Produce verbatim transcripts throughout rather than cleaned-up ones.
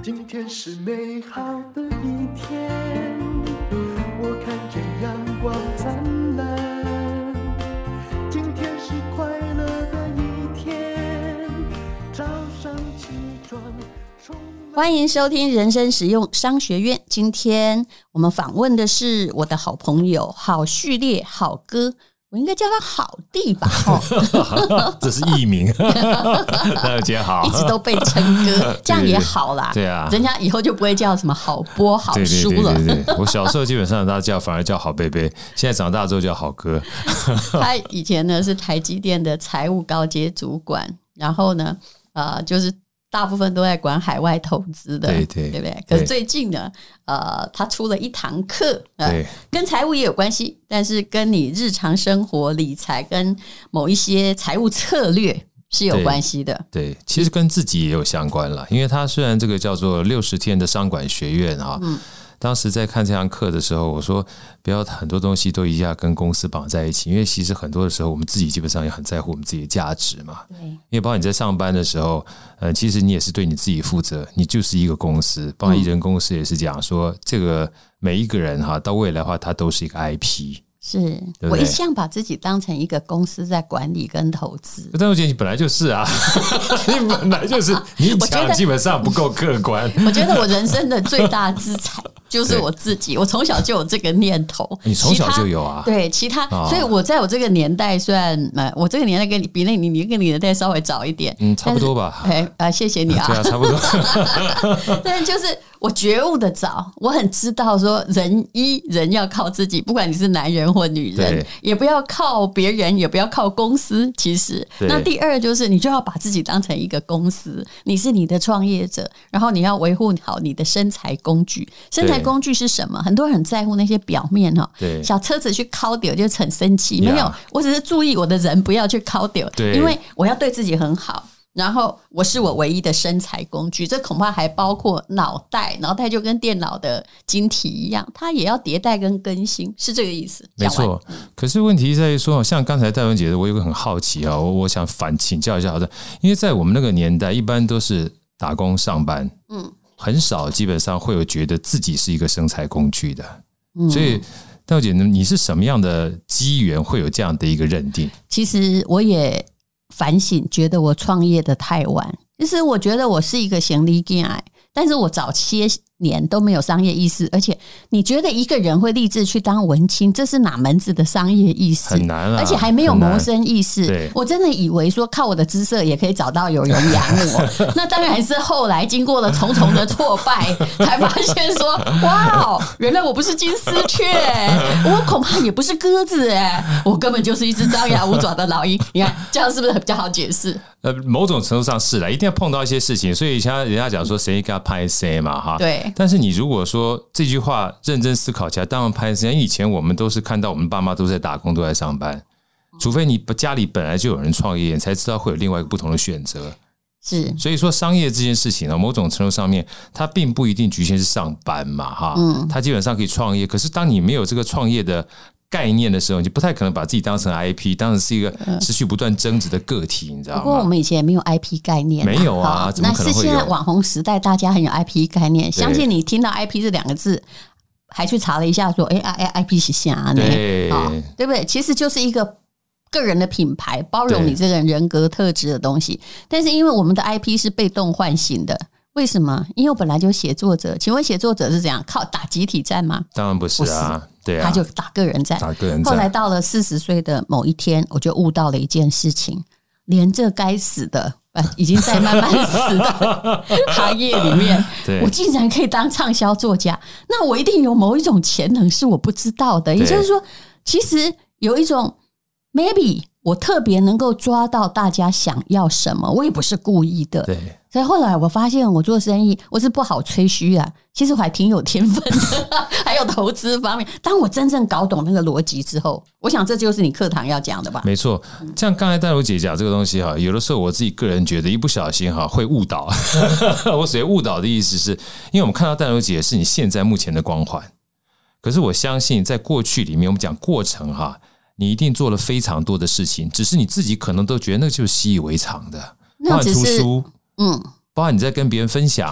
今天是美好的一天，我看见阳光灿烂。今天是快乐的一天，早上起床充满。 欢迎收听人生实用商学院。今天我们访问的是我的好朋友好序列好哥，我应该叫他好弟吧？ 这是艺名，大家好， 一直都被称哥，这样也好啦。 对啊， 人家以后就不会叫什么好波好叔了。 对对对对对，我小时候基本上大家叫反而叫好贝贝，现在长大之后叫好哥。 他以前呢是台积电的财务高阶主管，然后呢，呃，就是大部分都在管海外投资的， 对对对不对？可是最近呢，呃，他出了一堂课，呃，跟财务也有关系，但是跟你日常生活理财跟某一些财务策略是有关系的。 对，对，其实跟自己也有相关了，因为他虽然这个叫做六十天的商管学院啊。嗯，当时在看这堂课的时候，我说不要很多东西都一下跟公司绑在一起，因为其实很多的时候我们自己基本上也很在乎我们自己的价值嘛。对，因为包括你在上班的时候，呃，其实你也是对你自己负责，你就是一个公司，包括艺人公司也是讲说，这个每一个人哈，到未来的话，他都是一个 I P。 是，对对，我一向把自己当成一个公司在管理跟投资。 但我觉得你本来就是啊，你本来就是，你讲基本上不够客观。 我觉得我人生的最大资产就是我自己，我从小就有这个念头。 你从小就有啊？ 对，其他，哦，所以我在我这个年代算，呃，我这个年代跟你比，那你你跟你的代稍微早一点， 嗯，差不多吧。 哎啊，谢谢你啊。 对啊，差不多。 但就是我觉悟的早，我很知道说人一人要靠自己，不管你是男人或女人，也不要靠别人，也不要靠公司。其实，那第二就是你就要把自己当成一个公司，你是你的创业者，然后你要维护好你的生财工具。生财工具是什么？很多人很在乎那些表面哈，小车子去敲掉就很生气，没有，我只是注意我的人不要去敲掉，因为我要对自己很好。然后我是我唯一的生财工具，这恐怕还包括脑袋，脑袋就跟电脑的晶体一样，它也要迭代跟更新，是这个意思。 没错，可是问题在于说，像刚才戴文姐的，我有个很好奇啊，我我想反请教一下，好的，因为在我们那个年代，一般都是打工上班，嗯，很少基本上会有觉得自己是一个生财工具的，嗯，所以戴文姐，你是什么样的机缘会有这样的一个认定？ 其实我也反省，觉得我创业的太晚。其实我觉得我是一个行李囝，但是我早些年都没有商业意识，而且你觉得一个人会立志去当文青，这是哪门子的商业意识？ 很难啊， 而且还没有谋生意识。我真的以为说靠我的姿色也可以找到有人养我，那当然是后来经过了重重的挫败，才发现说哇，原来我不是金丝雀，我恐怕也不是鸽子，我根本就是一只张牙舞爪的老鹰。你看这样是不是比较好解释？ 呃，某种程度上是啦，一定要碰到一些事情，所以像人家讲说谁给他拍谁嘛，哈。 对。 但是你如果说这句话认真思考起来，当然拍谁。因为以前我们都是看到我们爸妈都在打工，都在上班，除非你家里本来就有人创业，你才知道会有另外一个不同的选择。 是。 所以说商业这件事情呢，某种程度上面，它并不一定局限是上班嘛，哈。嗯。它基本上可以创业，可是当你没有这个创业的概念的时候，你就不太可能把自己当成 I P， 当成是一个持续不断增值的个体，你知道吗？ 不过我们以前也没有 I P 概念， 没有啊，怎么可能会有？ 那是现在网红时代，大家很有 I P 概念。相信你听到 I P 这两个字，还去查了一下，说，哎、欸、，I P 是啥呢？ 对， 对不对？其实就是一个个人的品牌，包容你这个人人格特质的东西。但是因为我们的 I P 是被动唤醒的。为什么？因为我本来就写作者，请问写作者是怎样靠打集体战吗？ 当然不是啊，对啊， 他就打个人战。 打个人战。 后来到了四十岁的某一天，我就悟到了一件事情：连这该死的、呃、已经在慢慢死的行业里面，我竟然可以当畅销作家，那我一定有某一种潜能是我不知道的。也就是说，其实有一种 maybe 我特别能够抓到大家想要什么，我也不是故意的。 对。 所以后来我发现我做生意我是不好吹嘘啊，其实我还挺有天分的还有投资方面，当我真正搞懂那个逻辑之后，我想这就是你课堂要讲的吧。 没错，像刚才戴茹姐讲这个东西，有的时候我自己个人觉得一不小心会误导我所谓误导的意思是因为我们看到戴茹姐是你现在目前的光环，可是我相信在过去里面我们讲过程哈，你一定做了非常多的事情，只是你自己可能都觉得那就是习以为常的，包含出书，嗯，包含你在跟别人分享，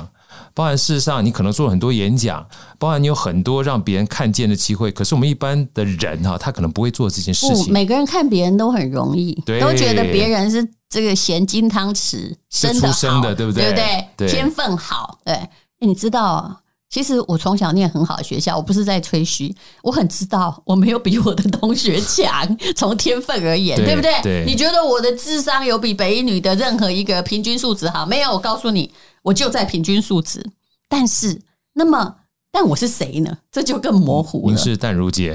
包含事实上你可能做了很多演讲，包含你有很多让别人看见的机会，可是我们一般的人哈，他可能不会做这件事情。 每个人看别人都很容易，都觉得别人是这个咸金汤匙生的好， 出生的，对不对？ 对不对？ 对， 天分好。对，你知道，其实我从小念很好的学校，我不是在吹嘘，我很知道我没有比我的同学强，从天分而言， 对, 对不对？ 对， 你觉得我的智商有比北一女的任何一个平均数值好？没有，我告诉你，我就在平均数值。但是，那么，但我是谁呢？这就更模糊了。 您是淡如姐，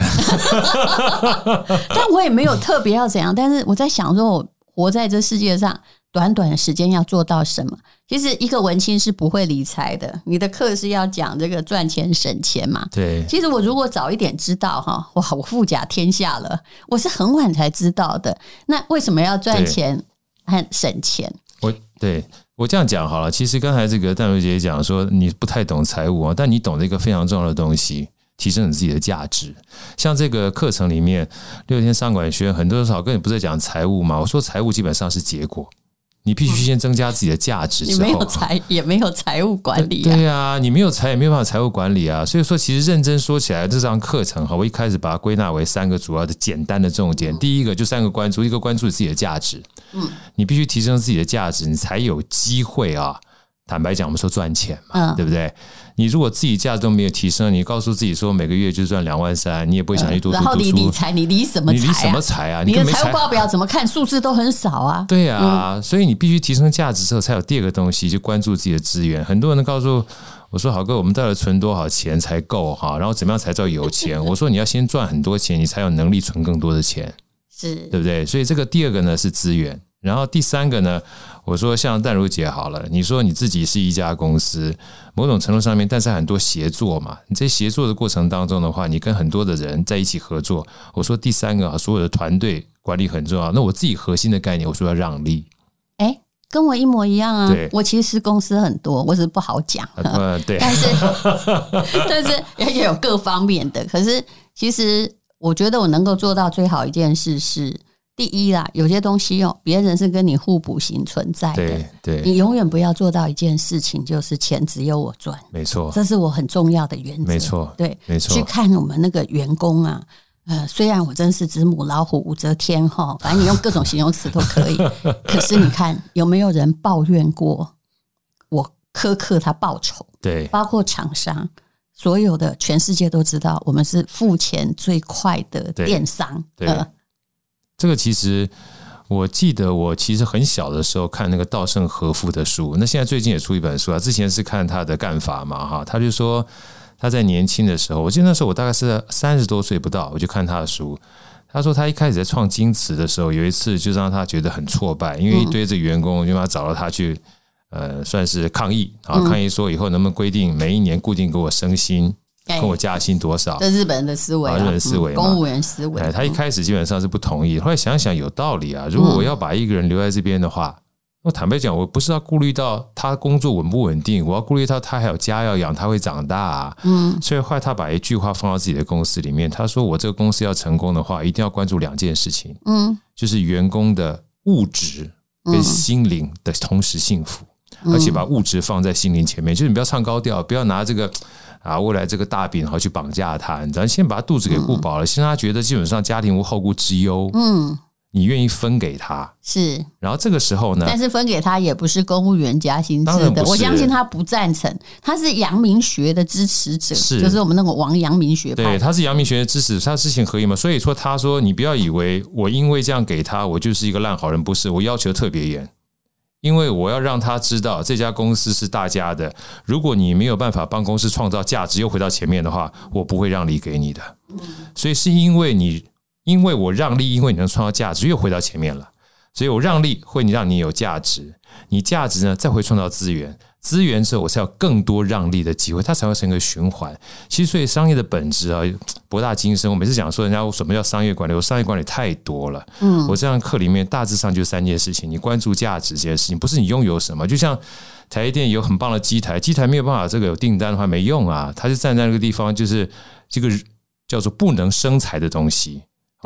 但我也没有特别要怎样。但是我在想说，我活在这世界上，短短的时间要做到什么？其实一个文青是不会理财的。你的课是要讲这个赚钱省钱嘛？ 对。 其实我如果早一点知道哈，哇，我富甲天下了。我是很晚才知道的。那为什么要赚钱和省钱？ 我对。我这样讲好了，其实刚才这个淡如姐讲说你不太懂财务啊，但你懂得一个非常重要的东西，提升你自己的价值。像这个课程里面六天商管学院，很多人少跟你不是在讲财务嘛？我说财务基本上是结果，你必须先增加自己的价值之后， 你没有财也没有财务管理、 啊。对啊，你没有财也没有办法财务管理啊。所以说，其实认真说起来，这堂课程哈，我一开始把它归纳为三个主要的简单的重点。第一个就三个关注，一个关注自己的价值。嗯，你必须提升自己的价值，你才有机会啊。坦白讲，我们说赚钱嘛，嗯、对不对？你如果自己价值都没有提升，你告诉自己说每个月就赚两万三，你也不会想去多读读书。 然后你理财，你理什么财、啊？ 你理什么财啊？ 你的财务报表怎么看？数字都很少啊。 对啊、嗯，所以你必须提升价值之后，才有第二个东西，就关注自己的资源。很多人都告诉我说：“好哥，我们到底存多少钱才够哈？然后怎么样才叫有钱？”我说：“你要先赚很多钱，你才有能力存更多的钱， 是对不对？”所以这个第二个呢是资源。然后第三个呢，我说像淡如姐好了，你说你自己是一家公司，某种程度上面，但是很多协作嘛，你在协作的过程当中的话，你跟很多的人在一起合作。我说第三个啊，所有的团队管理很重要。那我自己核心的概念，我说要让利。 哎，跟我一模一样啊！我其实公司很多，我只是不好讲。 呃，对， 但是但是也有各方面的。可是其实我觉得我能够做到最好一件事是。第一啦，有些东西哦，别人是跟你互补型存在的， 对对， 你永远不要做到一件事情，就是钱只有我赚， 没错， 这是我很重要的原则， 没错， 对， 没错。 去看我们那个员工啊，呃，虽然我真是只母老虎武则天哈，反正你用各种形容词都可以，可是你看有没有人抱怨过我苛刻他报酬？ 对， 包括厂商。所有的全世界都知道，我们是付钱最快的电商， 对。对呃这个其实我记得我其实很小的时候看那个稻盛和夫的书，那现在最近也出一本书啊，之前是看他的干法嘛哈，他就说他在年轻的时候，我记得那时候我大概是三十多岁不到，我就看他的书，他说他一开始在创京瓷的时候，有一次就让他觉得很挫败，因为一堆这个员工就把他找到他去呃算是抗议啊，抗议说以后能不能规定每一年固定给我升薪。跟我加薪多少？ 这日本人的思维、啊， 日本人思维、嗯， 公务员思维。 他一开始基本上是不同意，后来想想有道理啊。如果我要把一个人留在这边的话，我坦白讲，我不是要顾虑到他工作稳不稳定，我要顾虑到他还有家要养，他会长大啊。嗯，所以后来他把一句话放到自己的公司里面，他说：“我这个公司要成功的话，一定要关注两件事情，嗯，就是员工的物质跟心灵的同时幸福，嗯、而且把物质放在心灵前面，就是你不要唱高调，不要拿这个。”啊，未来这个大饼好去绑架他，咱先把他肚子给顾饱了，先让他觉得基本上家庭无后顾之忧。嗯，你愿意分给他是， 然后这个时候呢， 但是分给他也不是公务员加薪制的，我相信他不赞成，他是阳明学的支持者，是就是我们那个王阳明学派， 对，他是阳明学的支持，他知行合一嘛，所以说他说你不要以为我因为这样给他，我就是一个烂好人，不是，我要求特别严。因为我要让他知道这家公司是大家的，如果你没有办法帮公司创造价值又回到前面的话，我不会让利给你的。所以是因为你因为我让利，因为你能创造价值又回到前面了，所以我让利会让你有价值，你价值呢再会创造资源，资源之后我才有更多让利的机会，它才会成一个循环。其实所以商业的本质啊，博大精深。我每次讲说人家什么叫商业管理，我商业管理太多了。嗯，我这堂课里面大致上就三件事情，你关注价值这件事情，不是你拥有什么。就像台积电有很棒的机台，机台没有办法这个有订单的话没用啊，它就站在那个地方，就是这个叫做不能生财的东西。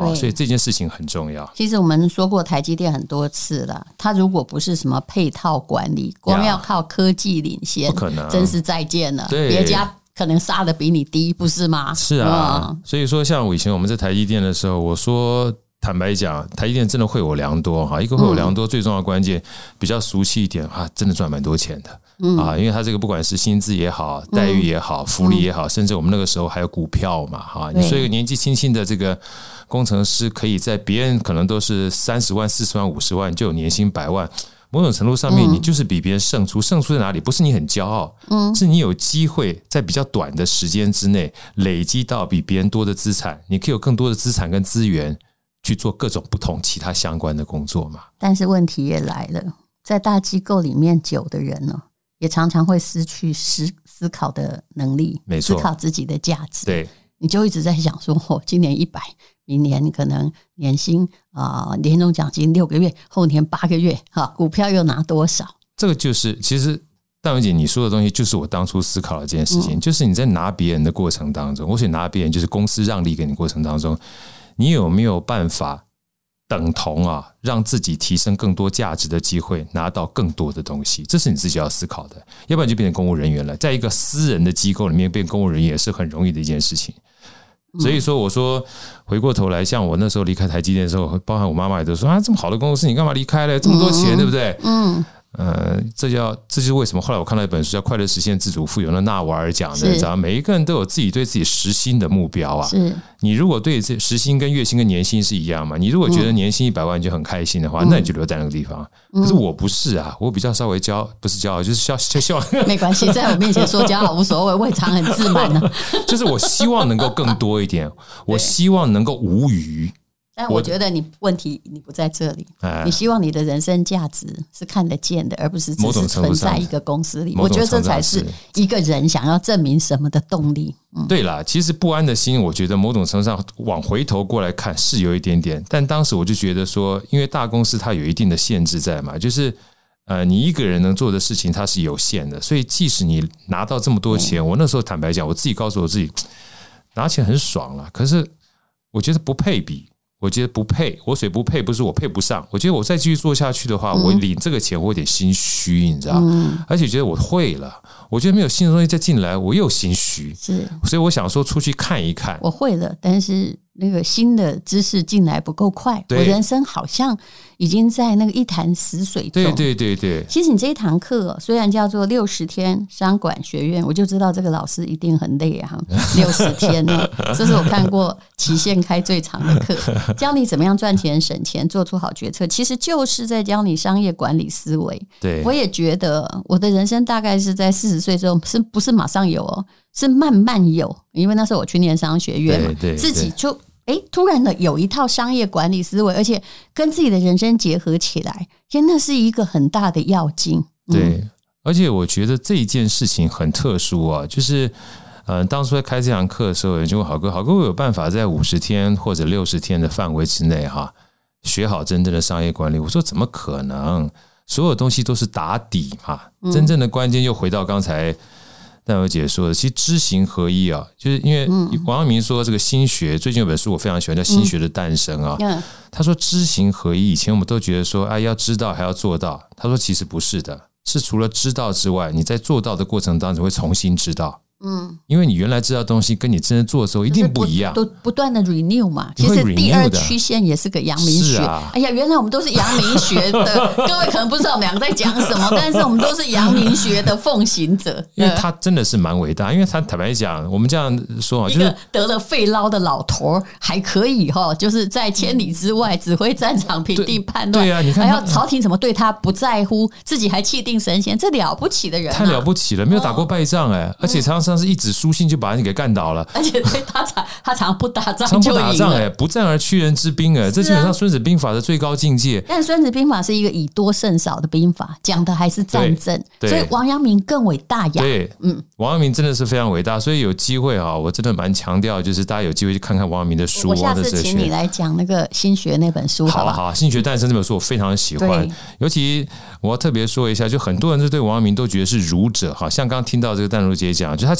哦，所以这件事情很重要。 其实我们说过台积电很多次了，它如果不是什么配套管理，光要靠科技领先， 不可能， 真是再见了。别家可能杀的比你低，不是吗？ 是啊，嗯、所以说像以前我们在台积电的时候，我说坦白讲，台积电真的惠我良多哈。一个惠我良多，最重要的关键，比较俗气一点啊，真的赚蛮多钱的。嗯啊，因为它这个不管是薪资也好，待遇也好，福利也好，甚至我们那个时候还有股票嘛，哈，你说一个年纪轻轻的这个工程师，可以在别人可能都是三十万、四十万、五十万就有年薪百万，某种程度上面你就是比别人胜出。胜出在哪里？不是你很骄傲，嗯，是你有机会在比较短的时间之内累积到比别人多的资产，你可以有更多的资产跟资源去做各种不同其他相关的工作嘛。但是问题也来了，在大机构里面久的人呢，也常常会失去思思考的能力，没错，思考自己的价值。 对， 你就一直在想说，哦，今年一百，明年可能年薪啊、呃，年终奖金六个月，后年八个月，哈，股票又拿多少？ 这个就是其实淡如姐你说的东西，就是我当初思考的这件事情，嗯、就是你在拿别人的过程当中，或许拿别人就是公司让利给你过程当中，你有没有办法等同啊，让自己提升更多价值的机会，拿到更多的东西，这是你自己要思考的。要不然就变成公务人员了，在一个私人的机构里面变公务人员也是很容易的一件事情。所以说，我说回过头来，像我那时候离开台积电的时候，包含我妈妈也都说啊，这么好的公司，你干嘛离开了？这么多钱，对不对？嗯。呃，这叫这就是为什么后来我看到一本书叫《快乐实现自主富有》，那纳瓦尔讲的，知道每一个人都有自己对自己时薪的目标啊。是，你如果对时薪跟月薪跟年薪是一样嘛，你如果觉得年薪一百万你就很开心的话，嗯、那你就留在那个地方。可是我不是啊，我比较稍微骄傲，不是骄傲，就是希希望没关系，在我面前说骄傲无所谓，我也常很自满呢。 就是我希望能够更多一点，我希望能够无余。 但我觉得你问题你不在这里，你希望你的人生价值是看得见的，而不是只是存在一个公司里。我觉得这才是一个人想要证明什么的动力。 嗯、对啦，其实不安的心，我觉得某种程度上往回头过来看是有一点点，但当时我就觉得说，因为大公司它有一定的限制在嘛，就是呃，你一个人能做的事情它是有限的，所以即使你拿到这么多钱，嗯、我那时候坦白讲，我自己告诉我自己，拿钱很爽啦，可是我觉得不配比。我觉得不配，我水不配，不是我配不上。我觉得我再继续做下去的话，嗯、我领这个钱我有点心虚，你知道？嗯、而且觉得我会了，我觉得没有新的东西再进来，我又心虚。是，所以我想说出去看一看。 我会了，但是那个新的知识进来不够快，我人生好像已经在那个一潭死水中。 对对对对。 其实你这一堂课虽然叫做六十天商管学院，我就知道这个老师一定很累啊，六十天呢，这是我看过期限开最长的课。教你怎么样赚钱省钱做出好决策，其实就是在教你商业管理思维。对，我也觉得我的人生大概是在四十岁之后，是不是马上有哦，是慢慢有，因为那时候我去念商学院嘛，对对对，自己就哎突然的有一套商业管理思维，而且跟自己的人生结合起来，其实那是一个很大的要劲。 嗯、对，而且我觉得这一件事情很特殊啊，就是呃，当初在开这堂课的时候，有人就问好哥，好哥，我有办法在五十天或者六十天的范围之内哈，学好真正的商业管理？我说怎么可能？所有东西都是打底嘛，嗯、真正的关键又回到刚才淡如姐说的，其实知行合一啊，就是因为王阳明说这个心学，最近有本书我非常喜欢，叫《心学的诞生》啊。嗯、他说知行合一，以前我们都觉得说，哎，要知道还要做到。他说其实不是的，是除了知道之外，你在做到的过程当中会重新知道。嗯，因为你原来知道东西跟你真的做的时候一定不一样， 都不断的 renew 嘛。其实第二曲线也是个阳明学。啊、哎呀，原来我们都是阳明学的，各位可能不知道我们两个在讲什么，但是我们都是阳明学的奉行者。 因为他真的是蛮伟大，因为他坦白讲，我们这样说啊，就是、 一个得了肺痨的老头还可以哈，就是在千里之外指挥战场、平定叛乱。对啊，你看，还要朝廷怎么对他不在乎，自己还气定神闲，这了不起的人、啊， 太了不起了，没有打过败仗哎、欸，哦、而且常常是一纸书信就把你给干倒了， 而且他常他常不打仗就赢了，常不打仗哎，不战而屈人之兵哎，这基本上《孙子兵法》的最高境界。 但《孙子兵法》是一个以多胜少的兵法，讲的还是战争，所以王阳明更伟大呀。 对，嗯，王阳明真的是非常伟大，所以有机会啊，我真的蛮强调，就是大家有机会去看看王阳明的书。 我下次请你来讲那个心学那本书，好不好？好，《心学诞生》这本书我非常喜欢，尤其我要特别说一下，就很多人就对王阳明都觉得是儒者，哈，像刚刚听到这个淡如姐讲，就他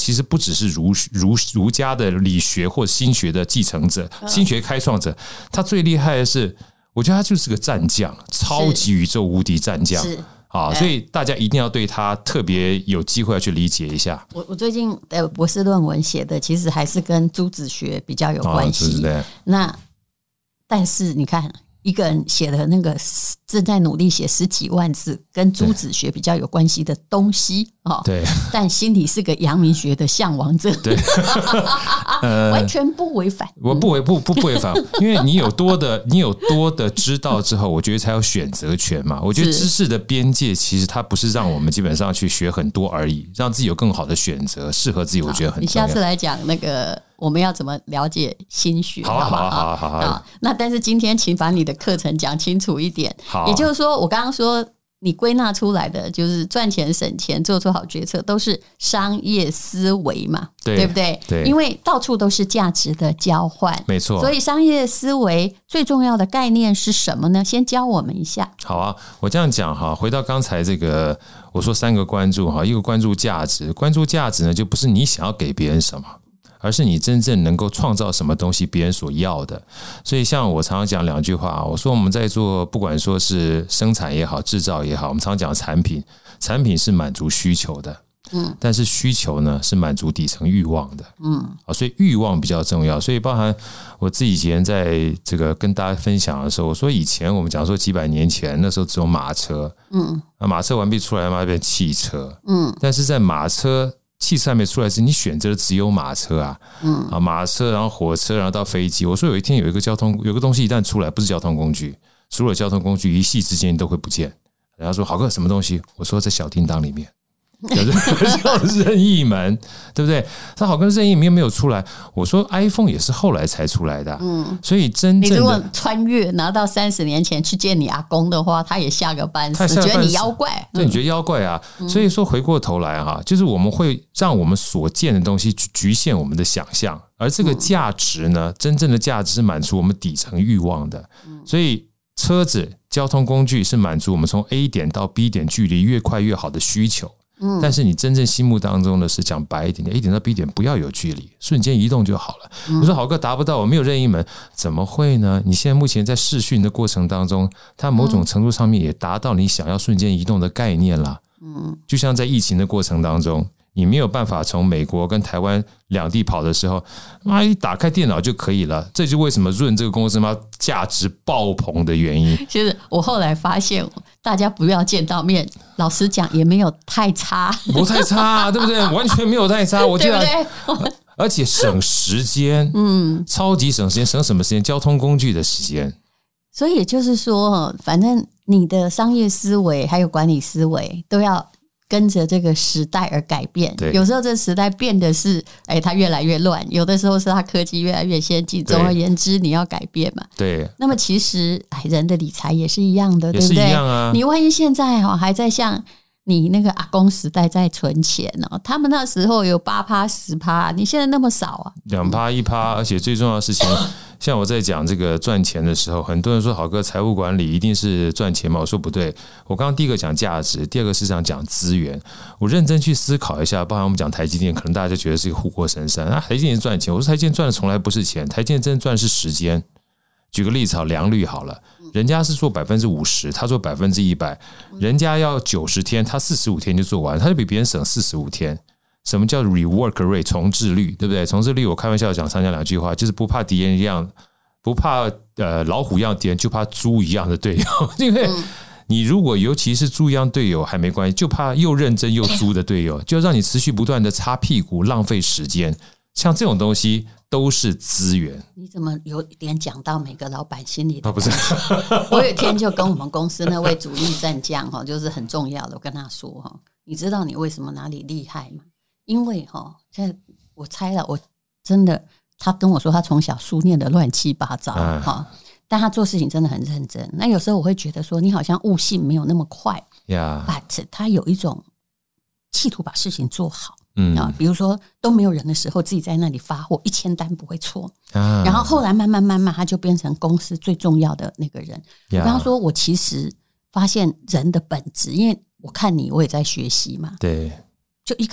其实不只是儒儒儒家的理学或心学的继承者，心学开创者，他最厉害的是，我觉得他就是个战将，超级宇宙无敌战将。啊，所以大家一定要对他特别有机会要去理解一下。 我我最近的博士论文写的其实还是跟朱子学比较有关系。哦、那但是你看，一个人写的那个正在努力写十几万字，跟朱子学比较有关系的东西， 对， 但心里是个阳明学的向往者， 对， 呃、完全不违反。 我不违不不不违反，因为你有多的你有多的知道之后，我觉得才有选择权嘛。我觉得知识的边界其实它不是让我们基本上去学很多而已，让自己有更好的选择，适合自己，我觉得很重要。 你下次来讲那个我们要怎么了解心学？ 好啊好啊好啊好啊好。 那但是今天请把你的课程讲清楚一点。 好， 也就是说，我刚刚说你归纳出来的就是赚钱、省钱、做出好决策，都是商业思维嘛， 对, 对不对？ 对， 因为到处都是价值的交换， 没错。 所以商业思维最重要的概念是什么呢？先教我们一下。 好啊，我这样讲哈，回到刚才这个，我说三个关注哈，一个关注价值，关注价值呢，就不是你想要给别人什么，而是你真正能够创造什么东西别人所要的。所以像我常常讲两句话，我说我们在做不管说是生产也好制造也好，我们常常讲产品，产品是满足需求的，嗯，但是需求呢是满足底层欲望的，嗯，所以欲望比较重要。所以包含我自己以前在这个跟大家分享的时候，我说以前我们讲说几百年前那时候只有马车，嗯，马车完毕出来嘛变成汽车，嗯，但是在马车汽车还没出来时，你选择的只有马车啊，嗯啊，马车，然后火车，然后到飞机。我说有一天有一个交通，有个东西一旦出来，不是交通工具，所有交通工具一夕之间都会不见。人家说好个什么东西？我说在小叮当里面。叫任意门，对不对？它好跟任意门又没有出来。我说 iPhone 也是后来才出来的，嗯，所以真正的你如果穿越拿到三十年前去见你阿公的话，他也吓个半死，觉得你妖怪， 对，你觉得妖怪啊？嗯、所以说回过头来哈，就是我们会让我们所见的东西局限我们的想象，而这个价值呢，真正的价值是满足我们底层欲望的，所以车子交通工具是满足我们从 A 点到 B 点距离越快越好的需求。但是你真正心目当中的是讲白一点点 ，A 点到 B 点不要有距离，瞬间移动就好了。我说好哥达不到，我没有任意门，怎么会呢？你现在目前在视讯的过程当中，它某种程度上面也达到你想要瞬间移动的概念了。嗯，就像在疫情的过程当中，你没有办法从美国跟台湾两地跑的时候，妈一打开电脑就可以了。这就是为什么润这个公司妈价值爆棚的原因。 其实我后来发现，大家不要见到面，老实讲也没有太差， 不太差、啊，对不对？完全没有太差，我觉得，对不对？而且省时间，嗯，超级省时间，省什么时间？交通工具的时间。 所以也就是说，反正你的商业思维还有管理思维都要跟着这个时代而改变。有时候这时代变的是哎，它越来越乱，有的时候是它科技越来越先进。总而言之，你要改变嘛。 对。 那么其实哎，人的理财也是一样的， 对不对？ 也是一样啊。 你万一现在哦还在像你那个阿公时代在存钱哦，他们那时候有八趴十趴，你现在那么少啊， 两趴一趴，而且最重要的事情。像我在讲这个赚钱的时候，很多人说好哥财务管理一定是赚钱嘛？我说不对，我刚刚第一个讲价值，第二个是讲讲资源。我认真去思考一下，包含我们讲台积电，可能大家就觉得是一个护国神山啊，台积电赚钱。我说台积电赚的从来不是钱，台积电真正赚的是时间。举个例子，好，良率好了，人家是做百分之五十，他做百分之一百，人家要九十天，他四十五天就做完，他就比别人省四十五天。什么叫 rework rate 重置率，对不对？重置率我开玩笑讲上讲两句话，就是不怕敌人一样，不怕呃老虎一样敌人，就怕猪一样的队友。因为你如果尤其是猪一样队友还没关系，就怕又认真又猪的队友，就让你持续不断的擦屁股，浪费时间。像这种东西都是资源。 你怎么有点讲到每个老板心里的？ 啊，不是， 我有一天就跟我们公司那位主力战将哈，就是很重要的，我跟他说哈，你知道你为什么哪里厉害吗？因为哈，现在我猜了，我真的，他跟我说他从小书念的乱七八糟哈，但他做事情真的很认真。那有时候我会觉得说，你好像悟性没有那么快， yeah. but 他有一种企图把事情做好。嗯啊，比如说都没有人的时候，自己在那里发货，一千单不会错。啊、然后后来慢慢慢慢，他就变成公司最重要的那个人。Yeah. 我跟他说，我其实发现人的本质，因为我看你，我也在学习嘛。 对， 就一个人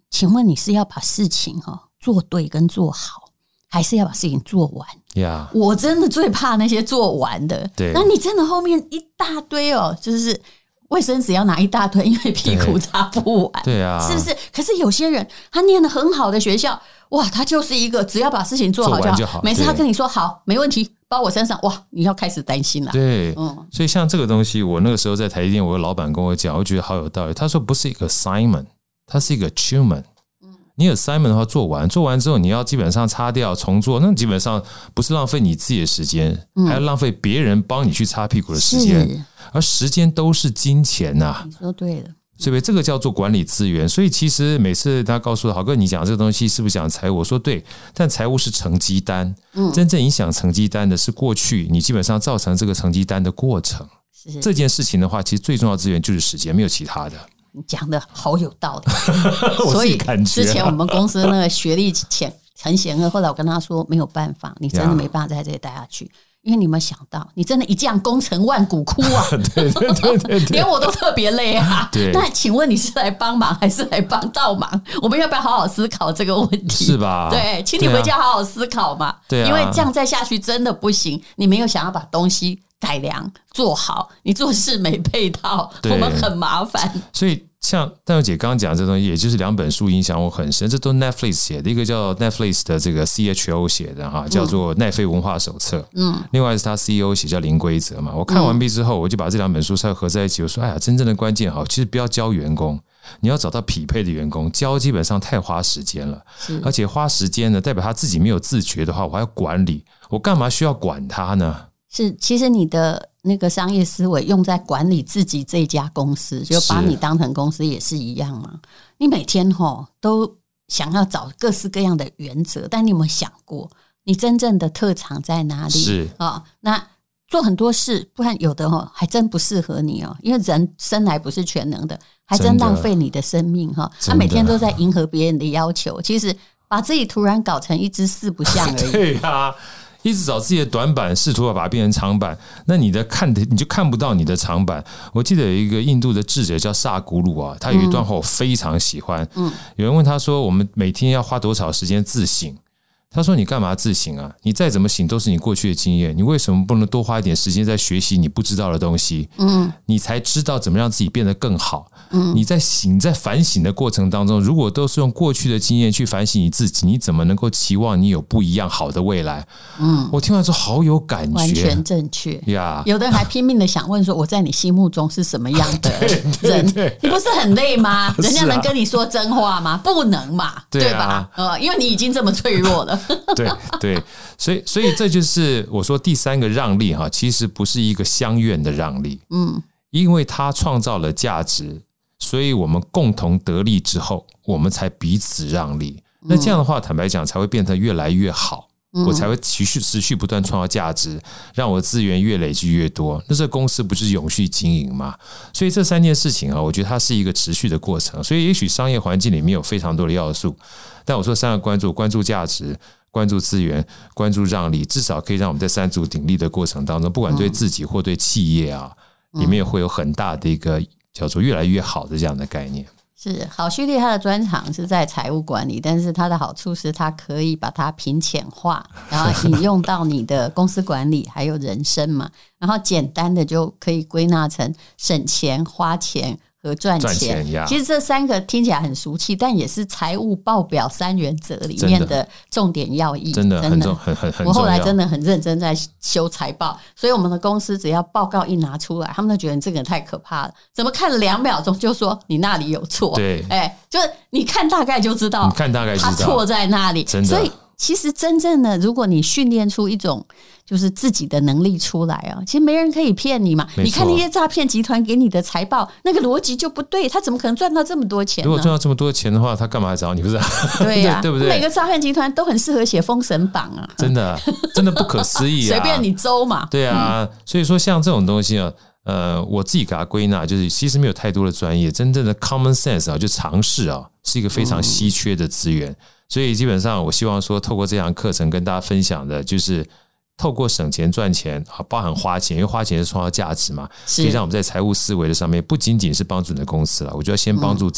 请问你是要把事情做对跟做好，还是要把事情做完？ Yeah. 我真的最怕那些做完的。 对， 那你真的后面一大堆哦，就是卫生纸要拿一大堆，因为屁股擦不完。 对啊， 是不是？可是有些人他念得很好的学校，哇，他就是一个只要把事情做好就好。 就好， 每次他跟你说好，没问题，包我身上，哇，你要开始担心了。 对， 嗯， 所以像这个东西，我那个时候在台积电，我的老板跟我讲，我觉得好有道理。他说不是一个 assignment， 它是一个 achievement。你 assignment 的话做完，做完之后你要基本上擦掉重做，那基本上不是浪费你自己的时间，嗯、还要浪费别人帮你去擦屁股的时间，而时间都是金钱呐、啊。 你说对了。 所以这个叫做管理资源。所以其实每次他告诉我，好哥，你讲这个东西是不是讲财务？我说对，但财务是成绩单，嗯、真正影响成绩单的是过去你基本上造成这个成绩单的过程。 是这件事情的话，其实最重要的资源就是时间，没有其他的。 你讲的好有道理。所以之前我们公司那个学历前很险恶，后来我跟他说没有办法，你真的没办法在这里待下去。因为你有没有想到，你真的一将功成万骨枯啊！ 对对对对对， 连我都特别累啊。 对， 那请问你是来帮忙还是来帮倒忙？我们要不要好好思考这个问题？ 是吧？ 对，请你回家好好思考嘛。 对啊， 因为这样再下去真的不行。你没有想要把东西改良做好，你做事没配套，我们很麻烦。 所以像戴友姐刚刚讲这东西，也就是两本书影响我很深，这都 Netflix 写的，一个叫 Netflix 的这个 C H O 写的哈，叫做奈飞文化手册，嗯，另外是他 C E O 写叫零规则嘛。我看完毕之后，我就把这两本书再合在一起，我说，哎呀，真正的关键哈，其实不要教员工，你要找到匹配的员工，教基本上太花时间了，而且花时间呢，代表他自己没有自觉的话，我还要管理，我干嘛需要管他呢？ 是，其实你的那个商业思维用在管理自己这家公司，就把你当成公司也是一样嘛。你每天吼都想要找各式各样的原则，但你有没有想过，你真正的特长在哪里？ 是啊、哦，那做很多事，不然有的吼还真不适合你哦，因为人生来不是全能的，还真浪费你的生命哈。他每天都在迎合别人的要求，其实把自己突然搞成一只四不像而已。 对啊。一直找自己的短板，试图把它变成长板，那你的看你就看不到你的长板。我记得有一个印度的智者叫萨古鲁啊，他有一段话我非常喜欢。嗯，有人问他说：“我们每天要花多少时间自省？”他说：“你干嘛自省啊？你再怎么醒都是你过去的经验，你为什么不能多花一点时间在学习你不知道的东西？嗯，你才知道怎么让自己变得更好。嗯，你在醒在反省的过程当中，如果都是用过去的经验去反省你自己，你怎么能够期望你有不一样好的未来？”嗯，我听完之后好有感觉， 完全正确呀。 有的人还拼命的想问说：“我在你心目中是什么样的人？”你不是很累吗？人家能跟你说真话吗？不能嘛，对吧？呃，因为你已经这么脆弱了。 对对，所以所以这就是我说第三个让利哈，其实不是一个相愿的让利，嗯，因为它创造了价值，所以我们共同得利之后，我们才彼此让利。那这样的话，坦白讲，才会变得越来越好。我才会持续持续不断创造价值，让我的资源越累积越多。那这个公司不是永续经营吗？所以这三件事情啊，我觉得它是一个持续的过程。所以也许商业环境里面有非常多的要素，但我说三个关注：关注价值、关注资源、关注让利，至少可以让我们在三足鼎立的过程当中，不管对自己或对企业啊，里面会有很大的一个叫做越来越好的这样的概念。 是好序列，它的专长是在财务管理，但是它的好处是它可以把它平浅化，然后引用到你的公司管理还有人生嘛，然后简单的就可以归纳成省钱、花钱和赚钱, 赚钱其实这三个听起来很俗气，但也是财务报表三原则里面的重点要义。 真的很重很很很重要。 我后来真的很认真在修财报，所以我们的公司只要报告一拿出来，他们都觉得这个太可怕了，怎么看两秒钟就说你那里有错？对，哎，就是你看大概就知道， 你看大概知道他错在那里。真的，所以其实真正的，如果你训练出一种就是自己的能力出来啊，其实没人可以骗你嘛。你看那些诈骗集团给你的财报，那个逻辑就不对，他怎么可能赚到这么多钱呢？ 如果赚到这么多钱的话，他干嘛来找你？不是？ 对呀、啊， 对不对？ 每个诈骗集团都很适合写封神榜啊， 真的，真的不可思议啊！ 随便你周嘛。 对啊，嗯、所以说像这种东西啊。呃，我自己给它归纳，就是其实没有太多的专业，真正的 common sense 啊，就常识啊，是一个非常稀缺的资源。嗯、所以基本上，我希望说，透过这堂课程跟大家分享的，就是透过省钱赚钱啊，包含花钱，因为花钱是创造价值嘛，可以让我们在财务思维的上面，不仅仅是帮助你的公司了，我就要先帮助自己。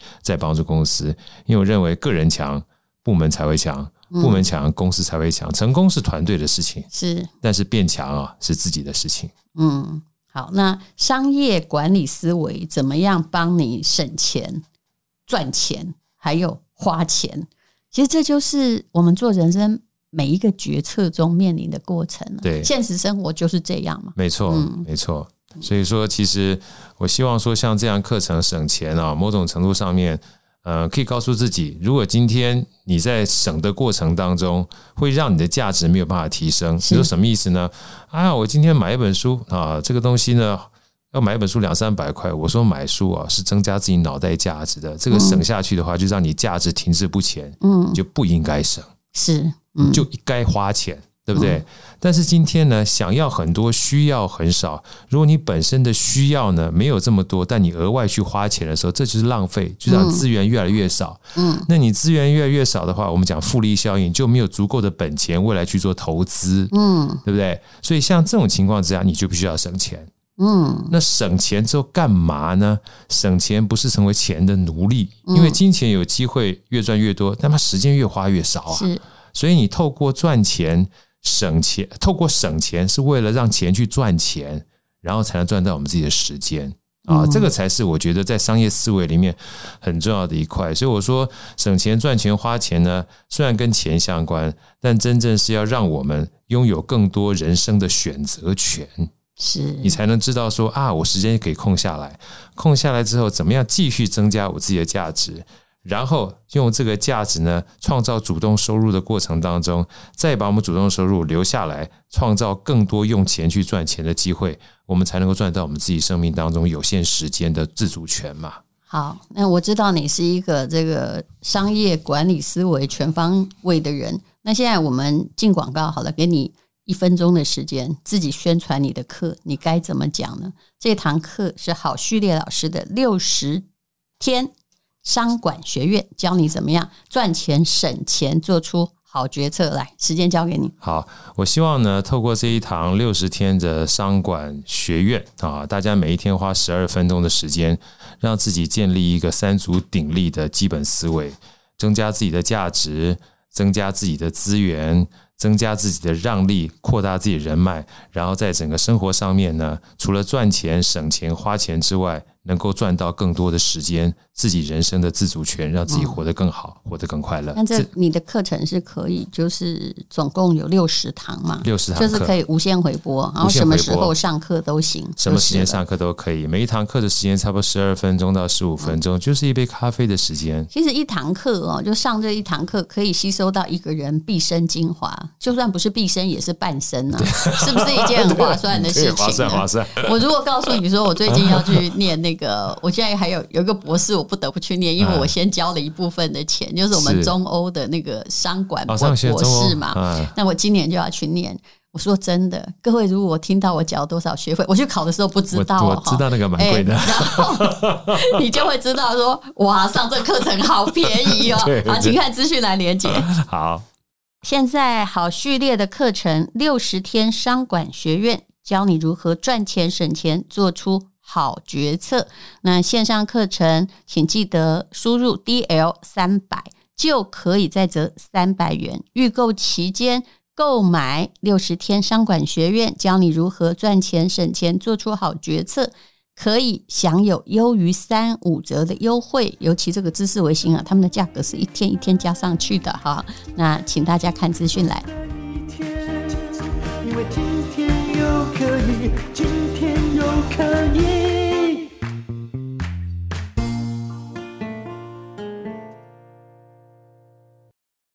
在帮助公司。因为我认为个人强，部门才会强，部门强，公司才会强。成功是团队的事情， 是， 但是变强啊是自己的事情。 嗯，好，那商业管理思维怎么样帮你省钱、赚钱，还有花钱？其实这就是我们做人生每一个决策中面临的过程。 对， 现实生活就是这样嘛。 没错，嗯、没错。所以说，其实我希望说，像这样课程省钱啊，某种程度上面，呃，可以告诉自己，如果今天你在省的过程当中，会让你的价值没有办法提升，你说什么意思呢？啊，我今天买一本书啊，这个东西呢，要买一本书两三百块，我说买书啊是增加自己脑袋价值的，这个省下去的话，就让你价值停滞不前，嗯，就不应该省， 是， 嗯，就应该花钱。对不对？但是今天呢，想要很多，需要很少。如果你本身的需要呢没有这么多，但你额外去花钱的时候，这就是浪费，就让资源越来越少。嗯，那你资源越来越少的话，我们讲复利效应，就没有足够的本钱未来去做投资。嗯，对不对？所以像这种情况之下，你就必须要省钱。嗯，那省钱之后干嘛呢？省钱不是成为钱的奴隶，因为金钱有机会越赚越多，但它时间越花越少啊。是，所以你透过赚钱。省钱，透过省钱是为了让钱去赚钱，然后才能赚到我们自己的时间啊，这个才是我觉得在商业思维里面很重要的一块。所以我说，省钱、赚钱、花钱呢，虽然跟钱相关，但真正是要让我们拥有更多人生的选择权。是，你才能知道说啊，我时间可以空下来，空下来之后，怎么样继续增加我自己的价值。然后用这个价值呢，创造主动收入的过程当中，再把我们主动收入留下来，创造更多用钱去赚钱的机会，我们才能够赚到我们自己生命当中有限时间的自主权嘛。 好，那我知道你是一个这个商业管理思维全方位的人。那现在我们进广告好了，给你一分钟的时间，自己宣传你的课，你该怎么讲呢？这堂课是郝旭烈老师的六十天商管学院，教你怎么样赚钱省钱，做出好决策来。时间交给你。 好，我希望呢，透过这一堂六十天的商管学院啊，大家每一天花十二分钟的时间，让自己建立一个三足鼎立的基本思维，增加自己的价值，增加自己的资源，增加自己的让利，扩大自己的人脉，然后在整个生活上面呢，除了赚钱、省钱、花钱之外，能够赚到更多的时间，自己人生的自主权，让自己活得更好，嗯、活得更快乐。 那这你的课程是可以，就是总共有六十堂嘛？ 六十堂课就是可以无限回播，然后什么时候上课都行， 什么时间上课都可以。每一堂课的时间差不多十二分钟到十五分钟，嗯、就是一杯咖啡的时间。 其实一堂课哦，就上这一堂课可以吸收到一个人毕生精华，就算不是毕生也是半生啊，是不是一件很划算的事情？ 划算划算。 我如果告诉你说，我最近要去念那个。我现在还有有一个博士，我不得不去念，因为我先交了一部分的钱，就是我们中欧的那个商管博士嘛。那我今年就要去念。我说真的，各位，如果我听到我缴多少学费，我去考的时候不知道， 我, 我知道那个蛮贵的、 欸，然后你就会知道说，哇，上这课程好便宜哦。好，请看资讯栏连结。 好， 现在郝旭烈的课程六十天商管学院，教你如何赚钱省钱，做出好决策。那线上课程请记得输入 D L 三百 就可以再折三百元，预购期间购买六十天商管学院，教你如何赚钱省钱，做出好决策，可以享有优于三五折的优惠。尤其这个知识微星啊，他们的价格是一天一天加上去的哈。那请大家看资讯来。